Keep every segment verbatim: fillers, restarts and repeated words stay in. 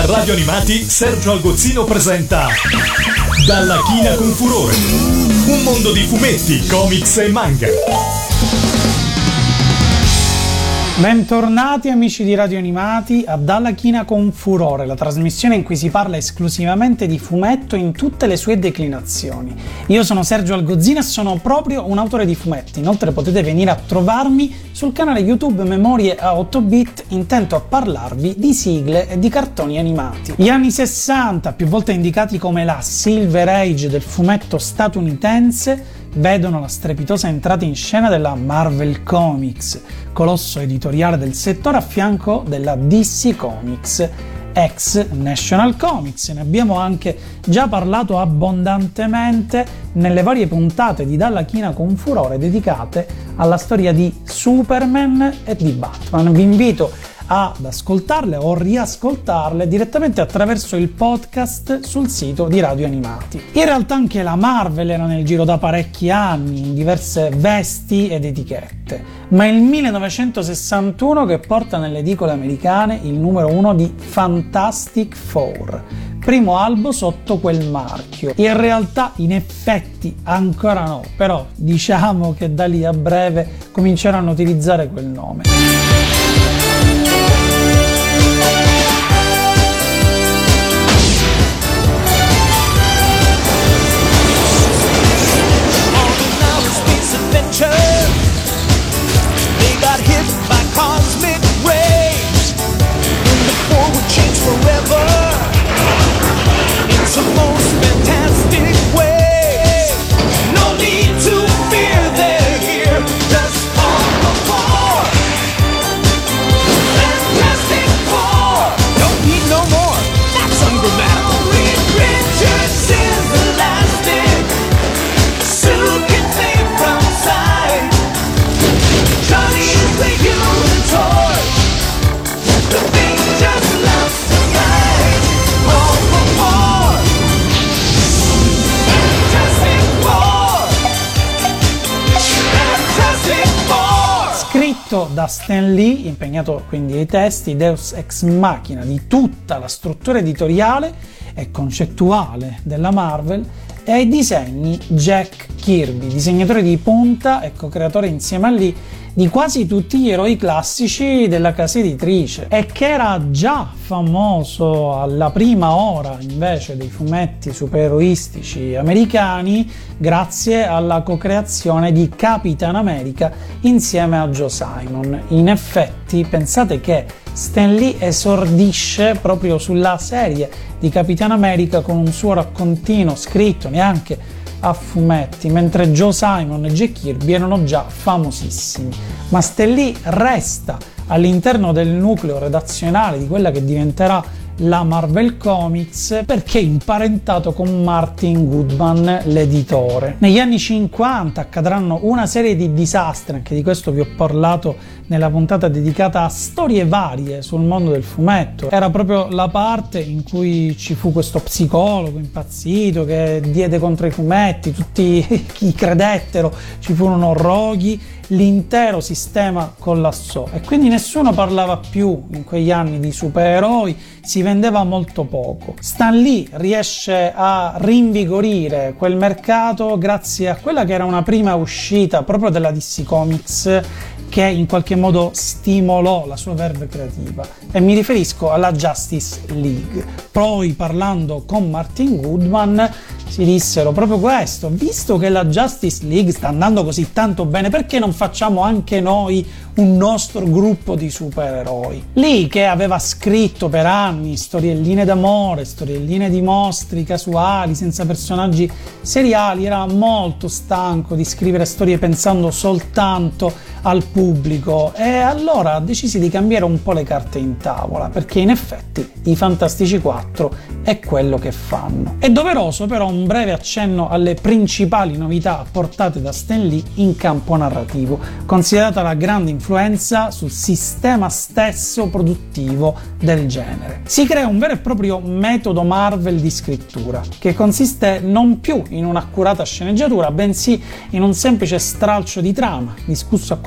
Radio Animati Sergio Algozzino presenta Dalla china con furore, un mondo di fumetti, comics e manga. Bentornati amici di Radio Animati a Dalla china con furore, la trasmissione in cui si parla esclusivamente di fumetto in tutte le sue declinazioni. Io sono Sergio Algozzino e sono proprio un autore di fumetti. Inoltre potete venire a trovarmi sul canale YouTube Memorie a otto bit, intento a parlarvi di sigle e di cartoni animati. Gli anni sessanta, più volte indicati come la Silver Age del fumetto statunitense, vedono la strepitosa entrata in scena della Marvel Comics, colosso editoriale del settore a fianco della D C Comics, ex National Comics. Ne abbiamo anche già parlato abbondantemente nelle varie puntate di Dalla china con furore dedicate alla storia di Superman e di Batman. Vi invito ad ascoltarle o riascoltarle direttamente attraverso il podcast sul sito di Radio Animati. In realtà anche la Marvel era nel giro da parecchi anni in diverse vesti ed etichette, ma è il millenovecentosessantuno che porta nelle edicole americane il numero uno di Fantastic Four, primo albo sotto quel marchio. In realtà in effetti ancora no, però diciamo che da lì a breve cominceranno a utilizzare quel nome. They got hit by cosmic rays, and the world would change forever in some most fantastic way. No need to fear, they're here, just on the floor. Fantastic Four, don't need no more, that's ungrammatical. Reed Richards is elastic, Sue can think from side. Johnny is the human torch, the thing just loves to fight. All for more, Fantastic Four, Fantastic Four. Scritto da Stan Lee, impegnato quindi ai testi, Deus ex machina di tutta la struttura editoriale e concettuale della Marvel, e ai disegni Jack Kirby, disegnatore di punta e co-creatore insieme a Lee di quasi tutti gli eroi classici della casa editrice, e che era già famoso alla prima ora invece dei fumetti supereroistici americani grazie alla co-creazione di Capitan America insieme a Joe Simon. In effetti pensate che Stan Lee esordisce proprio sulla serie di Capitan America con un suo raccontino scritto neanche a fumetti, mentre Joe Simon e Jack Kirby erano già famosissimi. Ma Stan Lee resta all'interno del nucleo redazionale di quella che diventerà la Marvel Comics perché è imparentato con Martin Goodman, l'editore. Negli anni cinquanta accadranno una serie di disastri, anche di questo vi ho parlato nella puntata dedicata a storie varie sul mondo del fumetto. Era proprio la parte in cui ci fu questo psicologo impazzito che diede contro i fumetti, tutti chi credettero ci furono roghi, l'intero sistema collassò e quindi nessuno parlava più in quegli anni di supereroi, si vendeva molto poco. Stan Lee riesce a rinvigorire quel mercato grazie a quella che era una prima uscita proprio della D C Comics che in qualche modo stimolò la sua verve creativa, e mi riferisco alla Justice League. Poi, parlando con Martin Goodman, si dissero proprio questo: visto che la Justice League sta andando così tanto bene, perché non facciamo anche noi un nostro gruppo di supereroi? Lee, che aveva scritto per anni storielline d'amore, storielline di mostri casuali senza personaggi seriali, era molto stanco di scrivere storie pensando soltanto al pubblico, e allora decisi di cambiare un po' le carte in tavola, perché in effetti i Fantastici quattro è quello che fanno. È doveroso però un breve accenno alle principali novità apportate da Stan Lee in campo narrativo, considerata la grande influenza sul sistema stesso produttivo del genere. Si crea un vero e proprio metodo Marvel di scrittura, che consiste non più in un'accurata sceneggiatura, bensì in un semplice stralcio di trama, discusso a quattro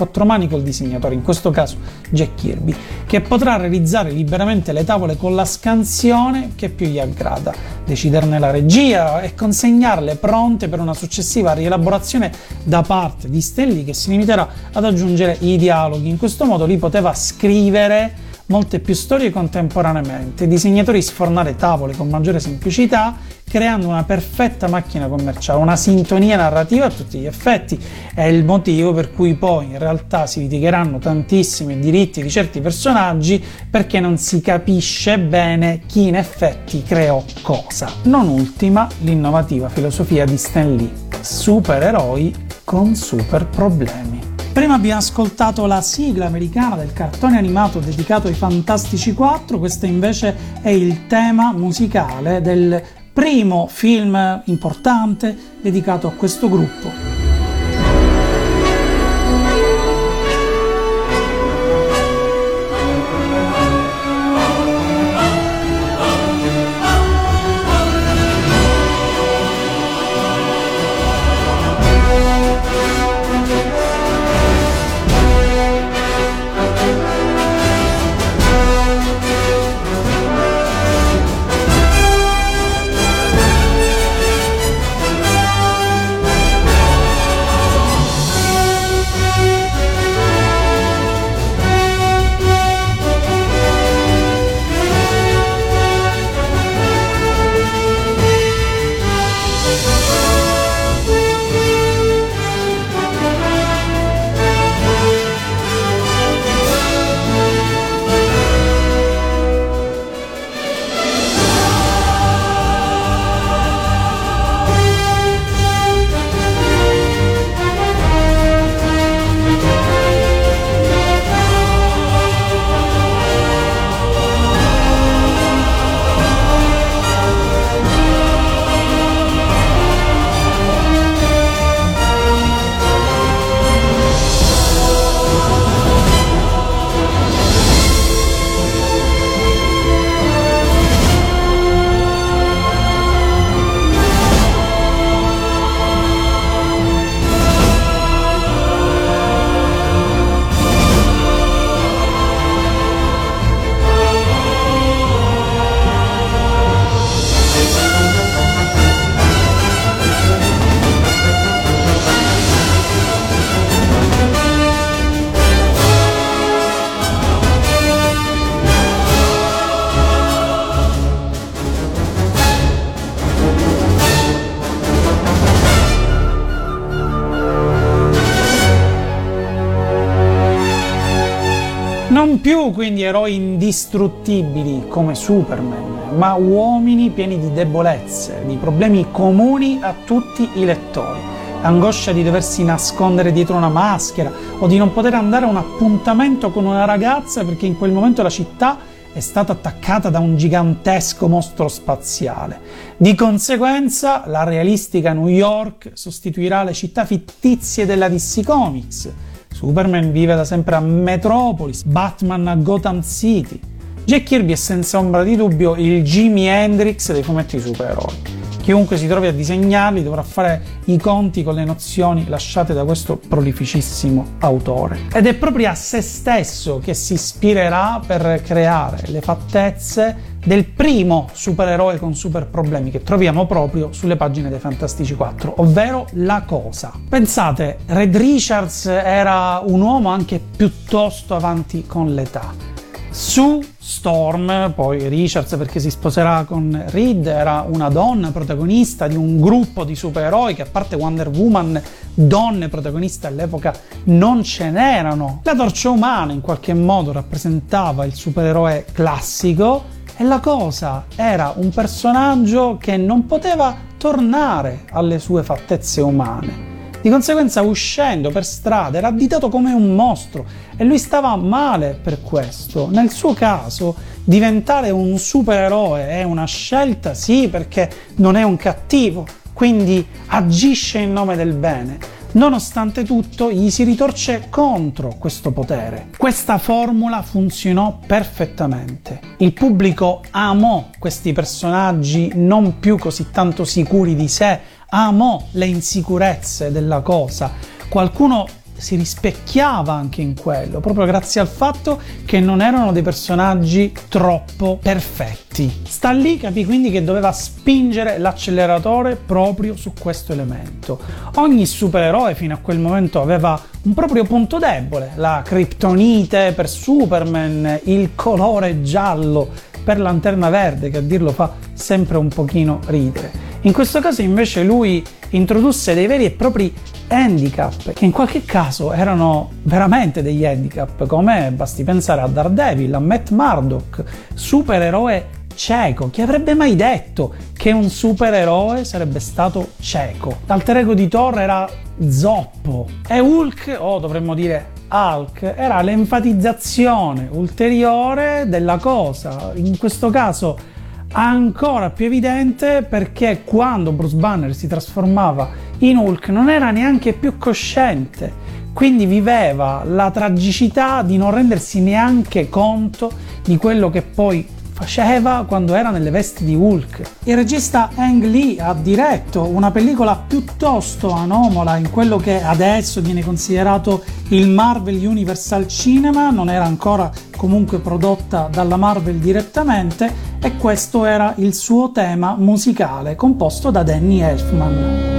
quattro mani col disegnatore, in questo caso Jack Kirby, che potrà realizzare liberamente le tavole con la scansione che più gli aggrada, deciderne la regia e consegnarle pronte per una successiva rielaborazione da parte di Stan Lee, che si limiterà ad aggiungere i dialoghi. In questo modo Lee poteva scrivere molte più storie contemporaneamente, i disegnatori sfornare tavole con maggiore semplicità, creando una perfetta macchina commerciale, una sintonia narrativa a tutti gli effetti. È il motivo per cui poi in realtà si litigheranno tantissimi diritti di certi personaggi, perché non si capisce bene chi in effetti creò cosa. Non ultima l'innovativa filosofia di Stan Lee: supereroi con super problemi. Prima abbiamo ascoltato la sigla americana del cartone animato dedicato ai Fantastici quattro, questo invece è il tema musicale del primo film importante dedicato a questo gruppo. Non più quindi eroi indistruttibili come Superman, ma uomini pieni di debolezze, di problemi comuni a tutti i lettori. L'angoscia di doversi nascondere dietro una maschera o di non poter andare a un appuntamento con una ragazza perché in quel momento la città è stata attaccata da un gigantesco mostro spaziale. Di conseguenza, la realistica New York sostituirà le città fittizie della D C Comics. Superman vive da sempre a Metropolis, Batman a Gotham City. Jack Kirby è senza ombra di dubbio il Jimi Hendrix dei fumetti supereroi. Chiunque si trovi a disegnarli dovrà fare i conti con le nozioni lasciate da questo prolificissimo autore. Ed è proprio a se stesso che si ispirerà per creare le fattezze del primo supereroe con super problemi che troviamo proprio sulle pagine dei Fantastici quattro, ovvero La Cosa. Pensate, Reed Richards era un uomo anche piuttosto avanti con l'età. Sue Storm, poi Richards perché si sposerà con Reed, era una donna protagonista di un gruppo di supereroi che, a parte Wonder Woman, donne protagoniste all'epoca non ce n'erano. La Torcia Umana in qualche modo rappresentava il supereroe classico e La Cosa era un personaggio che non poteva tornare alle sue fattezze umane. Di conseguenza, uscendo per strada era additato come un mostro e lui stava male per questo. Nel suo caso diventare un supereroe è una scelta, sì, perché non è un cattivo, quindi agisce in nome del bene. Nonostante tutto, gli si ritorce contro questo potere. Questa formula funzionò perfettamente. Il pubblico amò questi personaggi non più così tanto sicuri di sé, amò le insicurezze della Cosa. Qualcuno si rispecchiava anche in quello, proprio grazie al fatto che non erano dei personaggi troppo perfetti. Stan Lee capì quindi che doveva spingere l'acceleratore proprio su questo elemento. Ogni supereroe fino a quel momento aveva un proprio punto debole, la criptonite per Superman, il colore giallo per Lanterna Verde, che a dirlo fa sempre un pochino ridere. In questo caso invece lui introdusse dei veri e propri handicap, che in qualche caso erano veramente degli handicap, come basti pensare a Daredevil, a Matt Murdock, supereroe cieco. Chi avrebbe mai detto che un supereroe sarebbe stato cieco? L'alter ego di Thor era zoppo e Hulk, o dovremmo dire Hulk, era l'enfatizzazione ulteriore della cosa, in questo caso ancora più evidente perché quando Bruce Banner si trasformava in Hulk non era neanche più cosciente, quindi viveva la tragicità di non rendersi neanche conto di quello che poi faceva quando era nelle vesti di Hulk. Il regista Ang Lee ha diretto una pellicola piuttosto anomala in quello che adesso viene considerato il Marvel Universal Cinema, non era ancora comunque prodotta dalla Marvel direttamente, e questo era il suo tema musicale composto da Danny Elfman.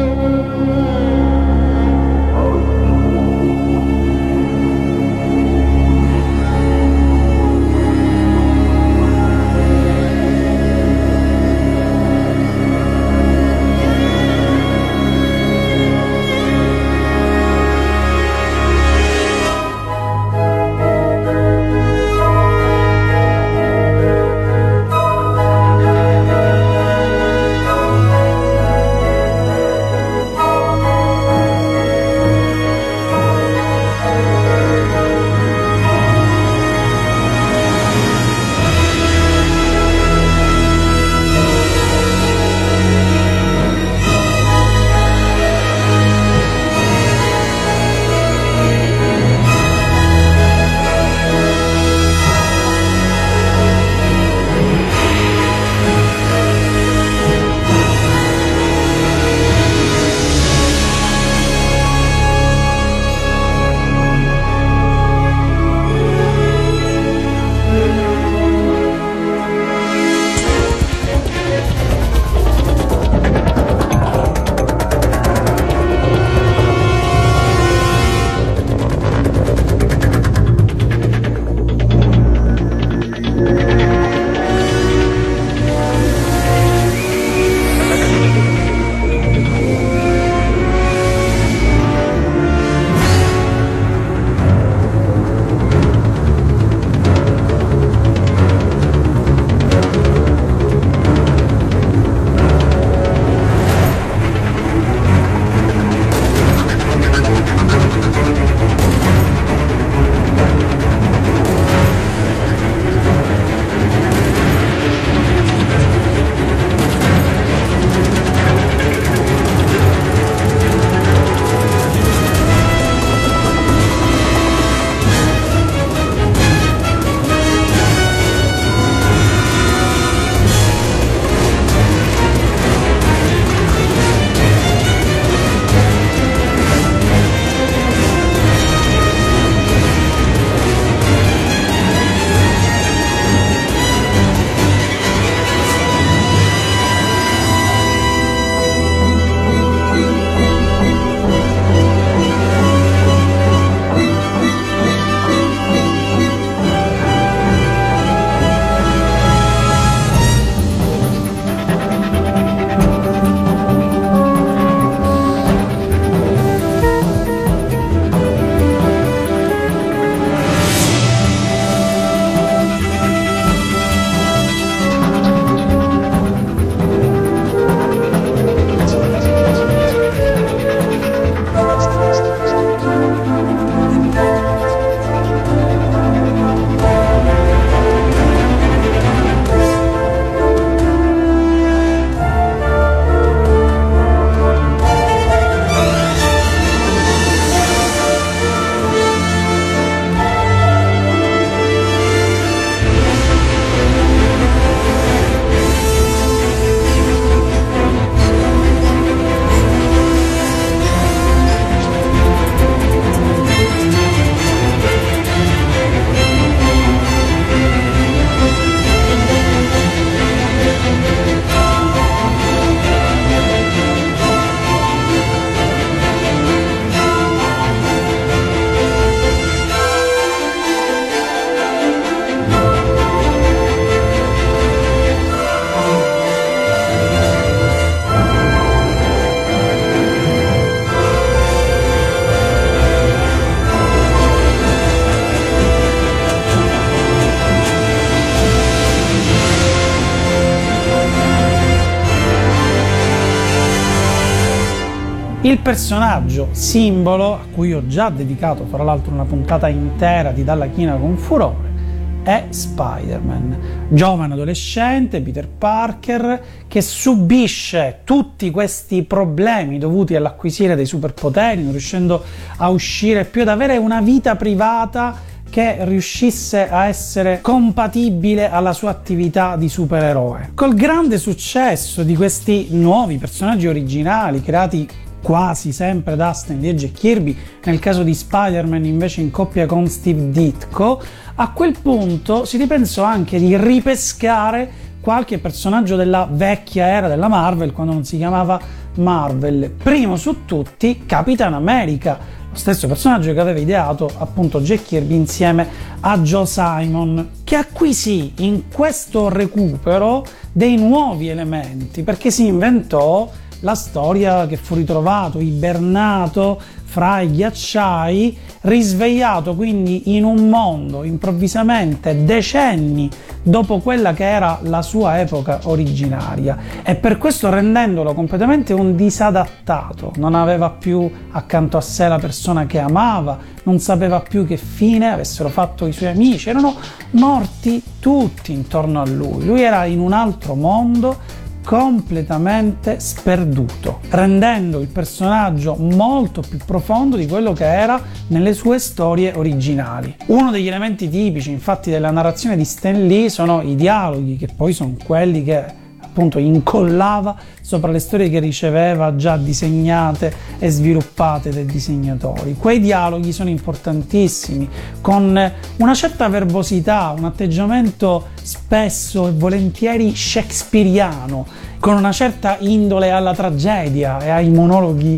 Il personaggio simbolo, a cui ho già dedicato fra l'altro una puntata intera di Dalla China con Furore, è Spider-Man, giovane adolescente Peter Parker che subisce tutti questi problemi dovuti all'acquisire dei superpoteri, non riuscendo a uscire più, ad avere una vita privata che riuscisse a essere compatibile alla sua attività di supereroe. Col grande successo di questi nuovi personaggi originali creati quasi sempre da Stan Lee e Kirby, nel caso di Spider-Man invece in coppia con Steve Ditko, a quel punto si ripensò anche di ripescare qualche personaggio della vecchia era della Marvel, quando non si chiamava Marvel. Primo su tutti Capitan America, lo stesso personaggio che aveva ideato appunto Jack Kirby insieme a Joe Simon, che acquisì in questo recupero dei nuovi elementi, perché si inventò la storia che fu ritrovato ibernato fra i ghiacciai, risvegliato quindi in un mondo improvvisamente decenni dopo quella che era la sua epoca originaria, e per questo rendendolo completamente un disadattato. Non aveva più accanto a sé la persona che amava, non sapeva più che fine avessero fatto i suoi amici, erano morti tutti intorno a lui. Lui era in un altro mondo, completamente sperduto, rendendo il personaggio molto più profondo di quello che era nelle sue storie originali. Uno degli elementi tipici infatti della narrazione di Stan Lee sono i dialoghi, che poi sono quelli che appunto incollava sopra le storie che riceveva già disegnate e sviluppate dai disegnatori. Quei dialoghi sono importantissimi, con una certa verbosità, un atteggiamento spesso e volentieri shakespeariano, con una certa indole alla tragedia e ai monologhi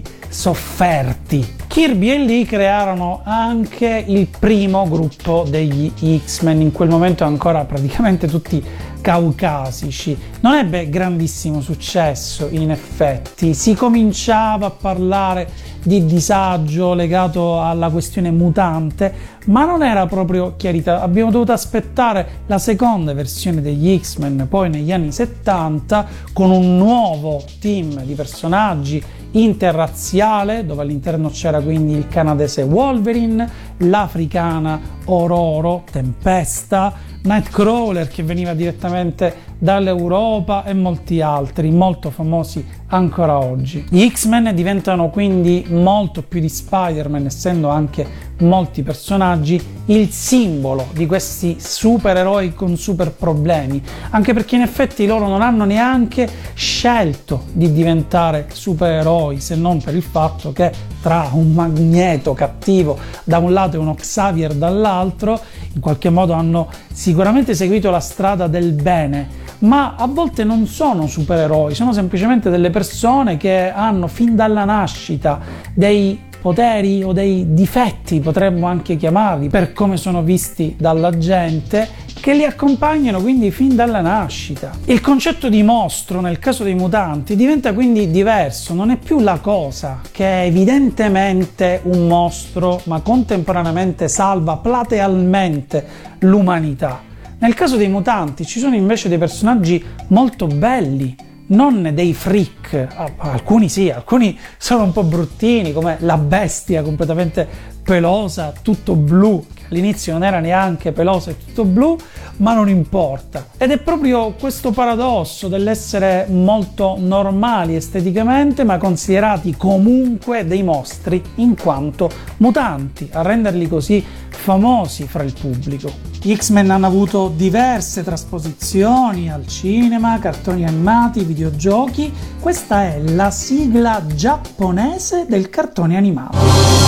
sofferti. Kirby e Lee crearono anche il primo gruppo degli X-Men, in quel momento ancora praticamente tutti caucasici. Non ebbe grandissimo successo, in effetti. Si cominciava a parlare di disagio legato alla questione mutante, ma non era proprio chiarita. Abbiamo dovuto aspettare la seconda versione degli X-Men, poi negli anni settanta, con un nuovo team di personaggi interrazziale, dove all'interno c'era quindi il canadese Wolverine, l'africana Ororo, Tempesta, Nightcrawler che veniva direttamente dall'Europa e molti altri molto famosi ancora oggi. Gli X-Men diventano quindi molto più di Spider-Man, essendo anche molti personaggi il simbolo di questi supereroi con super problemi, anche perché in effetti loro non hanno neanche scelto di diventare supereroi, se non per il fatto che tra un Magneto cattivo da un lato e uno Xavier dall'altro in qualche modo hanno sicuramente seguito la strada del bene, ma a volte non sono supereroi, sono semplicemente delle persone che hanno fin dalla nascita dei poteri o dei difetti, potremmo anche chiamarli, per come sono visti dalla gente, che li accompagnano quindi fin dalla nascita. Il concetto di mostro nel caso dei mutanti diventa quindi diverso, non è più la cosa che è evidentemente un mostro ma contemporaneamente salva platealmente l'umanità. Nel caso dei mutanti ci sono invece dei personaggi molto belli, non dei freak, alcuni sì, alcuni sono un po' bruttini, come la bestia completamente pelosa, tutto blu, che all'inizio non era neanche pelosa e tutto blu, ma non importa. Ed è proprio questo paradosso dell'essere molto normali esteticamente, ma considerati comunque dei mostri in quanto mutanti, a renderli così famosi fra il pubblico. Gli X-Men hanno avuto diverse trasposizioni al cinema, cartoni animati, videogiochi. Questa è la sigla giapponese del cartone animato.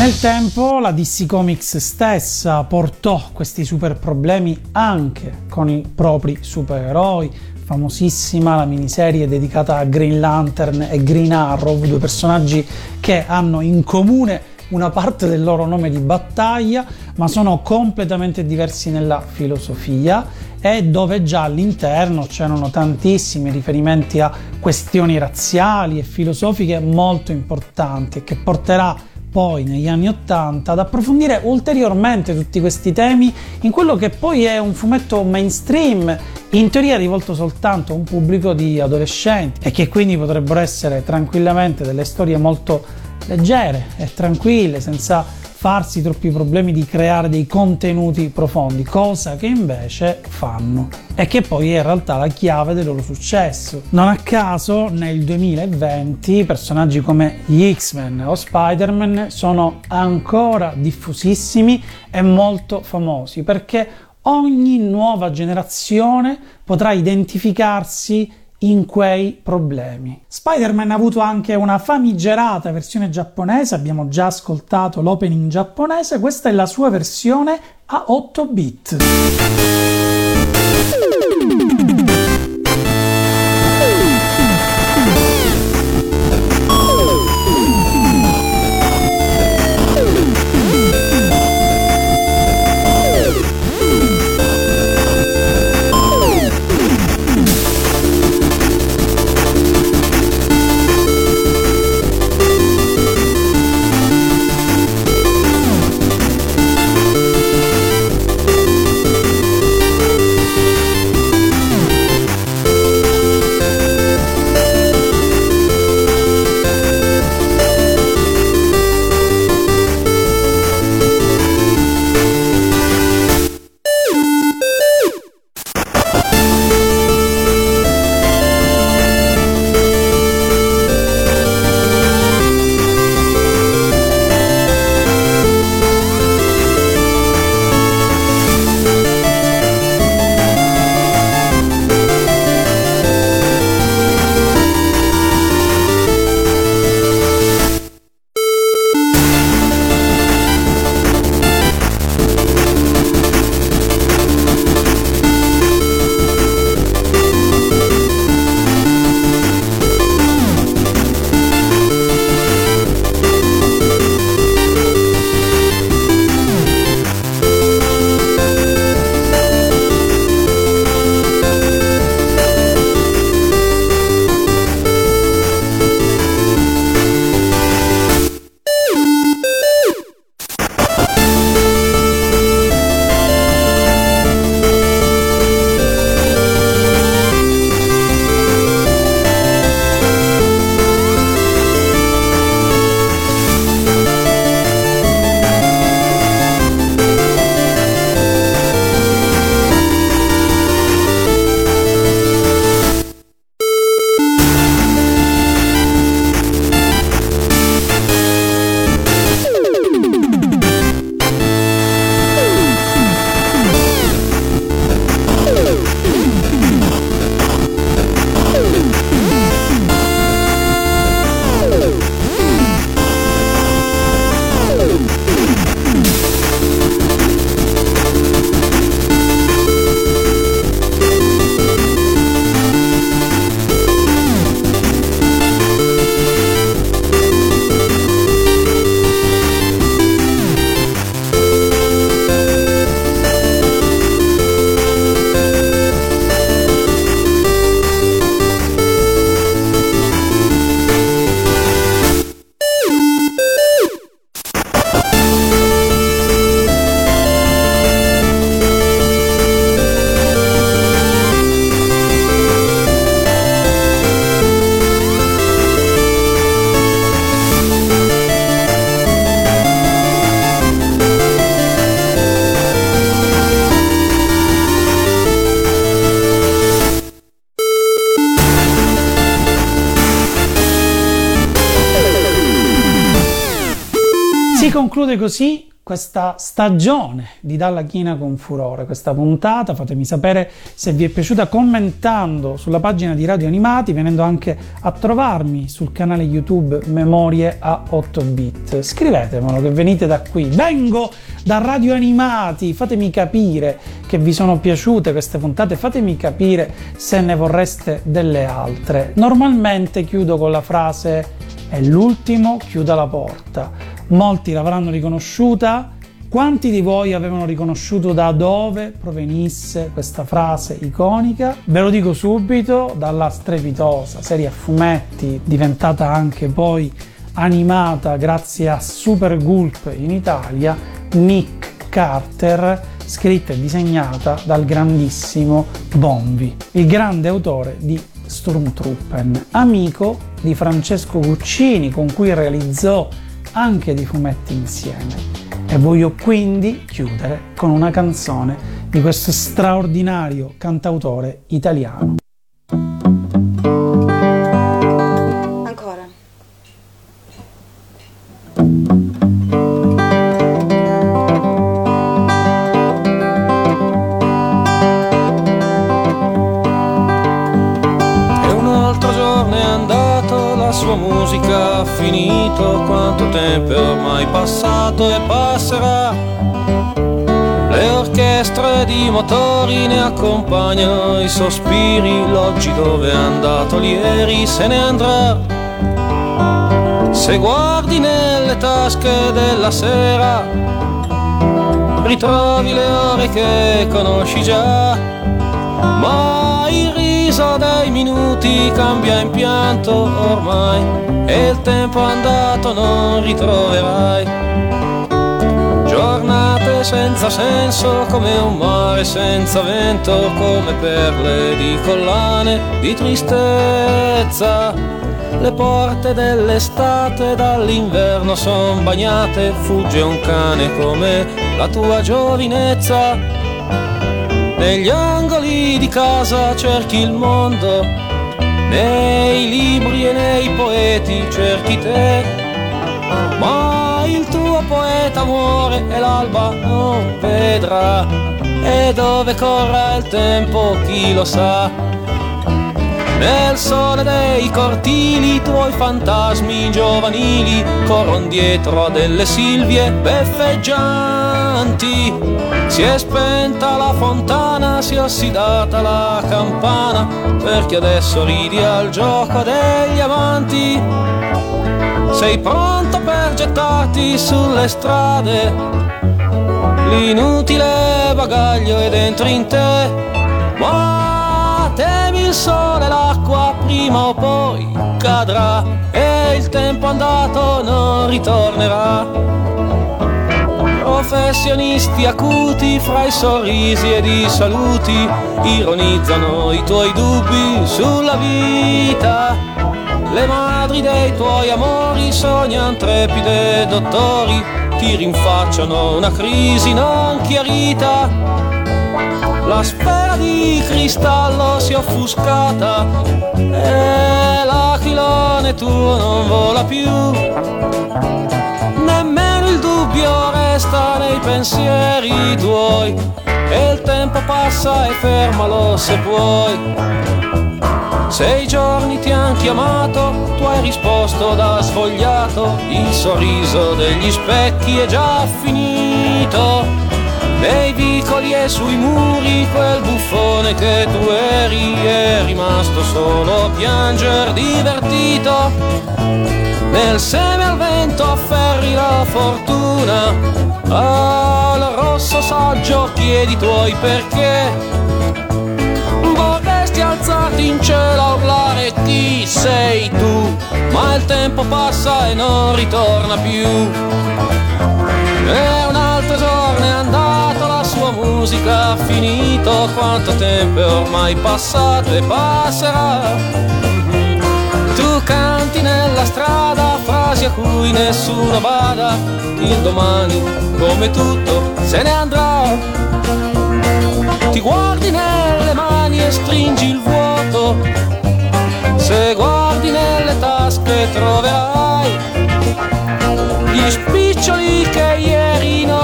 Nel tempo la D C Comics stessa portò questi super problemi anche con i propri supereroi. Famosissima la miniserie dedicata a Green Lantern e Green Arrow, due personaggi che hanno in comune una parte del loro nome di battaglia, ma sono completamente diversi nella filosofia, e dove già all'interno c'erano tantissimi riferimenti a questioni razziali e filosofiche molto importanti, e che porterà poi negli anni ottanta ad approfondire ulteriormente tutti questi temi in quello che poi è un fumetto mainstream, in teoria rivolto soltanto a un pubblico di adolescenti, e che quindi potrebbero essere tranquillamente delle storie molto leggere e tranquille, senza farsi troppi problemi di creare dei contenuti profondi, cosa che invece fanno e che poi è in realtà la chiave del loro successo. Non a caso nel duemilaventi personaggi come gli X-Men o Spider-Man sono ancora diffusissimi e molto famosi, perché ogni nuova generazione potrà identificarsi in quei problemi. Spider-Man ha avuto anche una famigerata versione giapponese, abbiamo già ascoltato l'opening giapponese, questa è la sua versione a otto bit. Si conclude così questa stagione di Dalla China con Furore, questa puntata. Fatemi sapere se vi è piaciuta commentando sulla pagina di Radio Animati, venendo anche a trovarmi sul canale YouTube Memorie a otto bit. Scrivetemelo che venite da qui. Vengo da Radio Animati, fatemi capire che vi sono piaciute queste puntate, fatemi capire se ne vorreste delle altre. Normalmente chiudo con la frase "è l'ultimo, chiuda la porta". Molti l'avranno riconosciuta. Quanti di voi avevano riconosciuto da dove provenisse questa frase iconica? Ve lo dico subito: dalla strepitosa serie a fumetti, diventata anche poi animata grazie a Super Gulp in Italia, Nick Carter, scritta e disegnata dal grandissimo Bonvi, il grande autore di Sturmtruppen, amico di Francesco Guccini, con cui realizzò anche dei fumetti insieme. E voglio quindi chiudere con una canzone di questo straordinario cantautore italiano. Ancora. E un altro giorno è andato, la sua musica ha finito, quanto tempo è ormai passato e passerà. Le orchestre di motori ne accompagnano i sospiri, l'oggi dove è andato ieri se ne andrà. Se guardi nelle tasche della sera, ritrovi le ore che conosci già, ma il riso dei minuti cambia in pianto ormai, e il tempo andato non ritroverai. Giornate senza senso come un mare senza vento, come perle di collane di tristezza. Le porte dell'estate dall'inverno son bagnate, fugge un cane come la tua giovinezza. Negli angoli di casa cerchi il mondo, nei libri e nei poeti cerchi te, ma il tuo poeta muore e l'alba non vedrà, e dove corra il tempo chi lo sa. Nel sole dei cortili i tuoi fantasmi giovanili corrono dietro a delle silvie beffeggianti. Si è spenta la fontana, si è ossidata la campana, perché adesso ridi al gioco degli amanti. Sei pronto per gettarti sulle strade, l'inutile bagaglio è dentro in te, ma temi il sole e l'acqua, prima o poi cadrà, e il tempo andato non ritornerà. Professionisti acuti fra i sorrisi ed i saluti ironizzano i tuoi dubbi sulla vita. Le madri dei tuoi amori sognano trepide dottori, ti rinfacciano una crisi non chiarita. La sfera di cristallo si è offuscata e l'aquilone tuo non vola più. Nemmeno il dubbio resta nei pensieri tuoi, e il tempo passa e fermalo se puoi. Se i giorni ti han chiamato, tu hai risposto da svogliato, il sorriso degli specchi è già finito. Nei vicoli e sui muri quel buffone che tu eri è rimasto solo a pianger divertito. Nel seme al vento afferri la fortuna, al rosso saggio chiedi tuoi perché. Vorresti alzarti in cielo a urlare chi sei tu, ma il tempo passa e non ritorna più. E un altro giorno è andato, la sua musica ha finito, quanto tempo è ormai passato e passerà. Tu canti nella strada frasi a cui nessuno bada, il domani come tutto se ne andrà. Ti guardi nelle mani e stringi il vuoto, se guardi nelle tasche troverai gli spiccioli che ieri non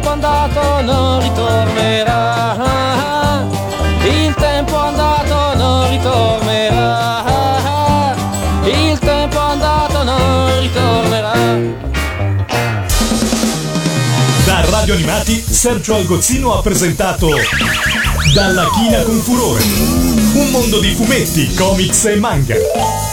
andato non ritornerà, il tempo andato non ritornerà, il tempo andato non ritornerà. Da Radio Animati, Sergio Algozzino ha presentato Dalla china con furore, un mondo di fumetti, comics e manga.